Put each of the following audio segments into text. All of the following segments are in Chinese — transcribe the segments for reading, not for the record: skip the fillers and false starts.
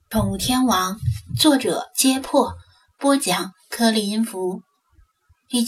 宠物天王，作者揭破，播讲颗粒音符。第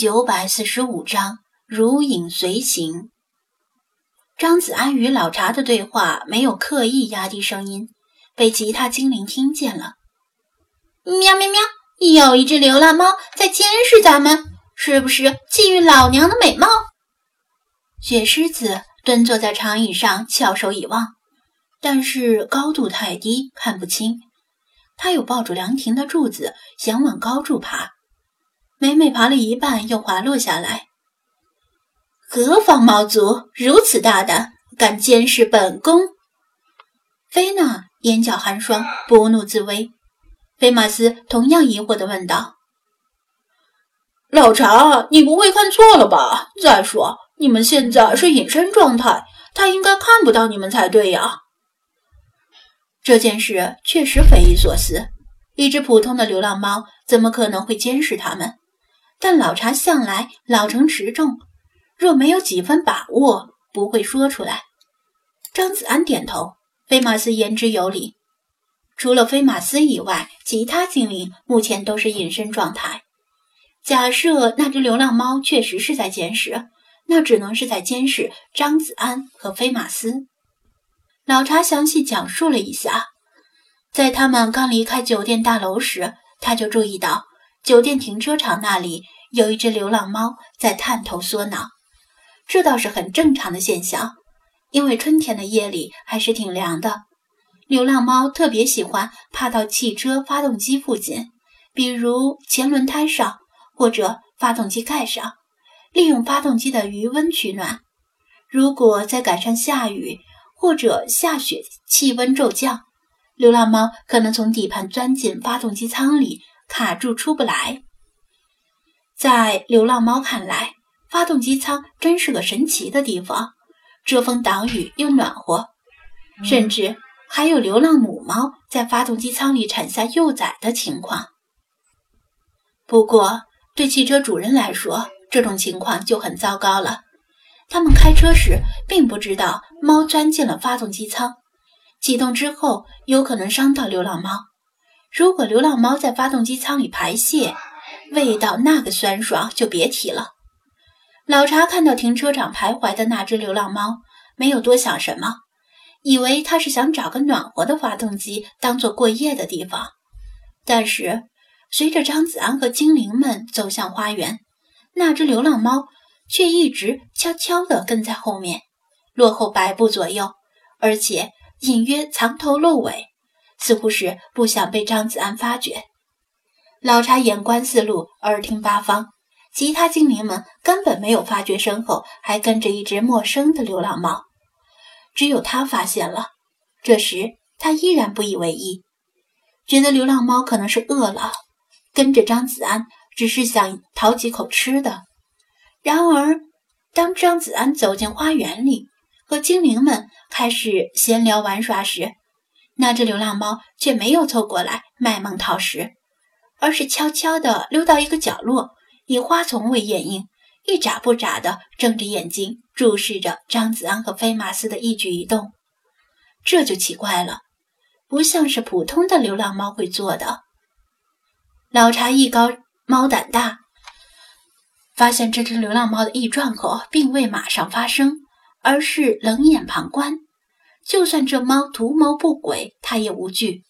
945章，如影随形。张子安与老茶的对话没有刻意压低声音，被其他精灵听见了。喵喵喵，有一只流浪猫在监视咱们，是不是觊觎老娘的美貌？雪狮子蹲坐在长椅上，翘首以望，但是高度太低，看不清。他又抱住凉亭的柱子，想往高处爬，每每爬了一半又滑落下来。何方猫族如此大胆，敢监视本宫？菲娜眼角寒霜，不怒自威。菲马斯同样疑惑地问道：老茶，你不会看错了吧？再说你们现在是隐身状态，他应该看不到你们才对呀。这件事确实匪夷所思，一只普通的流浪猫怎么可能会监视他们？但老茶向来老成持重，若没有几分把握，不会说出来。张子安点头，菲马斯言之有理。除了菲马斯以外，其他精灵目前都是隐身状态。假设那只流浪猫确实是在监视，那只能是在监视张子安和菲马斯。老茶详细讲述了一下，在他们刚离开酒店大楼时，他就注意到酒店停车场那里有一只流浪猫在探头缩脑。这倒是很正常的现象，因为春天的夜里还是挺凉的。流浪猫特别喜欢爬到汽车发动机附近，比如前轮胎上或者发动机盖上，利用发动机的余温取暖。如果再赶上下雨或者下雪，气温骤降，流浪猫可能从底盘钻进发动机舱里，卡住出不来。在流浪猫看来，发动机舱真是个神奇的地方，遮风挡雨又暖和，甚至还有流浪母猫在发动机舱里产下幼崽的情况。不过对汽车主人来说，这种情况就很糟糕了。他们开车时并不知道猫钻进了发动机舱，启动之后有可能伤到流浪猫。如果流浪猫在发动机舱里排泄，味道那个酸爽就别提了。老茶看到停车场徘徊的那只流浪猫，没有多想什么，以为它是想找个暖和的发动机当做过夜的地方。但是随着张子安和精灵们走向花园，那只流浪猫却一直悄悄地跟在后面，落后100步左右，而且隐约藏头露尾，似乎是不想被张子安发觉。老茶眼观四路，耳听八方，其他精灵们根本没有发觉身后还跟着一只陌生的流浪猫，只有他发现了。这时他依然不以为意，觉得流浪猫可能是饿了，跟着张子安只是想讨几口吃的。然而当张子安走进花园里，和精灵们开始闲聊玩耍时，那只流浪猫却没有凑过来卖萌讨食，而是悄悄地溜到一个角落，以花丛为掩映，一眨不眨地睁着眼睛注视着张子安和菲马斯的一举一动。这就奇怪了，不像是普通的流浪猫会做的。老茶艺高猫胆大，发现这只流浪猫的异状后，并未马上发声，而是冷眼旁观。就算这猫图谋不轨，他也无惧。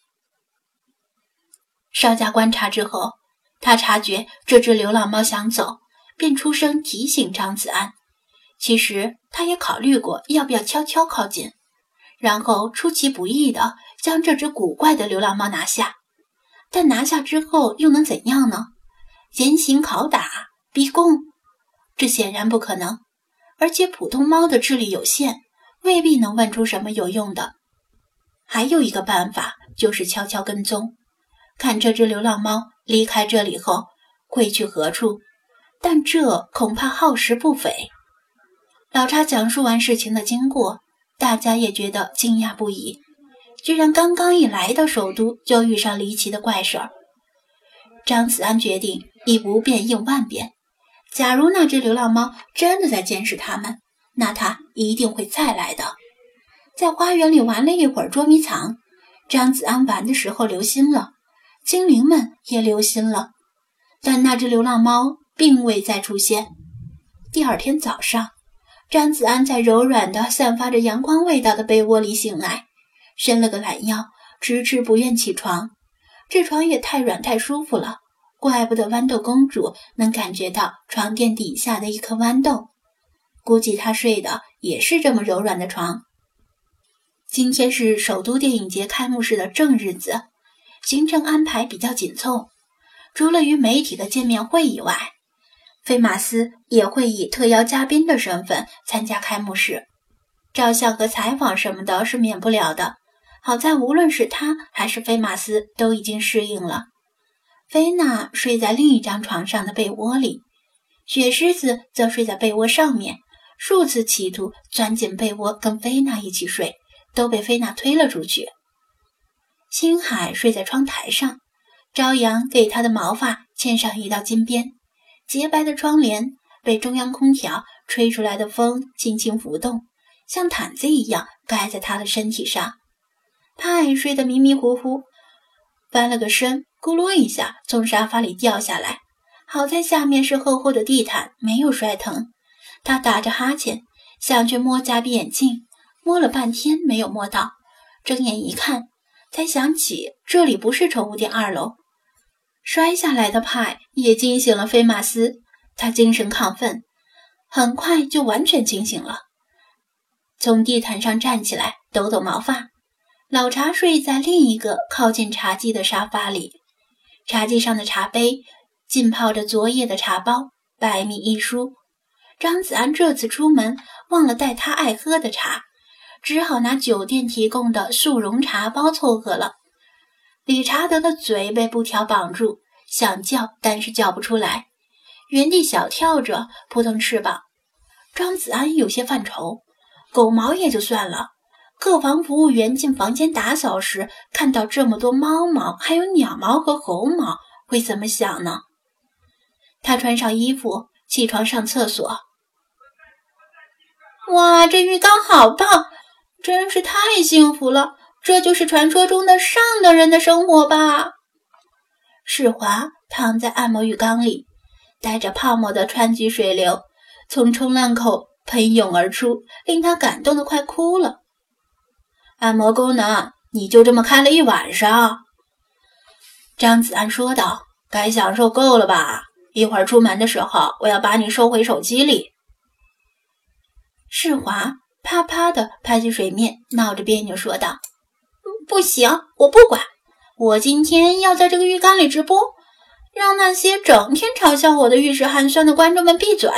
稍加观察之后，他察觉这只流浪猫想走，便出声提醒张子安。其实他也考虑过要不要悄悄靠近，然后出其不意地将这只古怪的流浪猫拿下。但拿下之后又能怎样呢？严刑拷打？逼供？这显然不可能，而且普通猫的智力有限，未必能问出什么有用的。还有一个办法，就是悄悄跟踪，看这只流浪猫离开这里后会去何处，但这恐怕耗时不菲。老茶讲述完事情的经过，大家也觉得惊讶不已，居然刚刚一来到首都就遇上离奇的怪事儿。张子安决定以不变应万变，假如那只流浪猫真的在监视他们，那他一定会再来的。在花园里玩了一会儿捉迷藏， 张子安玩的时候留心了，精灵们也留心了，但那只流浪猫并未再出现。第二天早上，张子安在柔软的散发着阳光味道的被窝里醒来，伸了个懒腰，迟迟不愿起床。这床也太软太舒服了，怪不得豌豆公主能感觉到床垫底下的一颗豌豆，估计她睡的也是这么柔软的床。今天是首都电影节开幕式的正日子，行程安排比较紧凑，除了与媒体的见面会以外，菲马斯也会以特邀嘉宾的身份参加开幕式，照相和采访什么的是免不了的。好在无论是他还是菲马斯都已经适应了。菲娜睡在另一张床上的被窝里，雪狮子则睡在被窝上面，数次企图钻进被窝跟菲娜一起睡，都被菲娜推了出去。星海睡在窗台上，朝阳给他的毛发嵌上一道金边，洁白的窗帘被中央空调吹出来的风轻轻浮动，像毯子一样盖在他的身体上。派睡得迷迷糊糊，翻了个身，咕噜一下从沙发里掉下来，好在下面是厚厚的地毯，没有摔疼。他打着哈欠，想去摸夹鼻眼镜，摸了半天没有摸到，睁眼一看，才想起这里不是宠物店2楼。摔下来的派也惊醒了菲马斯，他精神亢奋，很快就完全清醒了，从地毯上站起来，抖抖毛发。老茶睡在另一个靠近茶几的沙发里，茶几上的茶杯浸泡着昨夜的茶包，百密一疏。张子安这次出门忘了带他爱喝的茶，只好拿酒店提供的速溶茶包凑合了。理查德的嘴被布条绑住，想叫但是叫不出来，原地小跳着扑腾翅膀。张子安有些犯愁，狗毛也就算了，客房服务员进房间打扫时看到这么多猫毛，还有鸟毛和猴毛，会怎么想呢？他穿上衣服，起床上厕所。哇，这浴缸好棒，真是太幸福了，这就是传说中的上等人的生活吧。世华躺在按摩浴缸里，带着泡沫的川剧水流从冲浪口喷涌而出，令他感动得快哭了。按摩功能你就这么开了一晚上？张子安说道，该享受够了吧，一会儿出门的时候我要把你收回手机里。世华啪啪地拍起水面，闹着别扭说道，不行，我不管，我今天要在这个浴缸里直播，让那些整天嘲笑我的浴室寒酸的观众们闭嘴。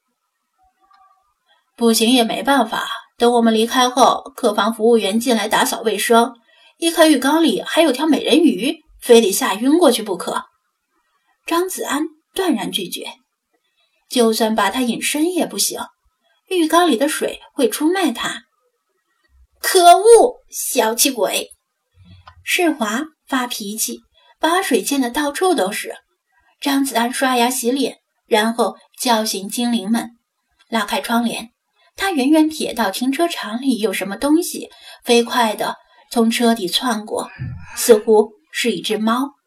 不行也没办法，等我们离开后，客房服务员进来打扫卫生，一看浴缸里还有条美人鱼，非得吓晕过去不可。张子安断然拒绝，就算把他引身也不行，浴缸里的水会出卖他。可恶，小气鬼！世华发脾气，把水溅得到处都是。张子安刷牙洗脸，然后叫醒精灵们，拉开窗帘。他远远瞥到停车场里有什么东西飞快地从车底窜过，似乎是一只猫。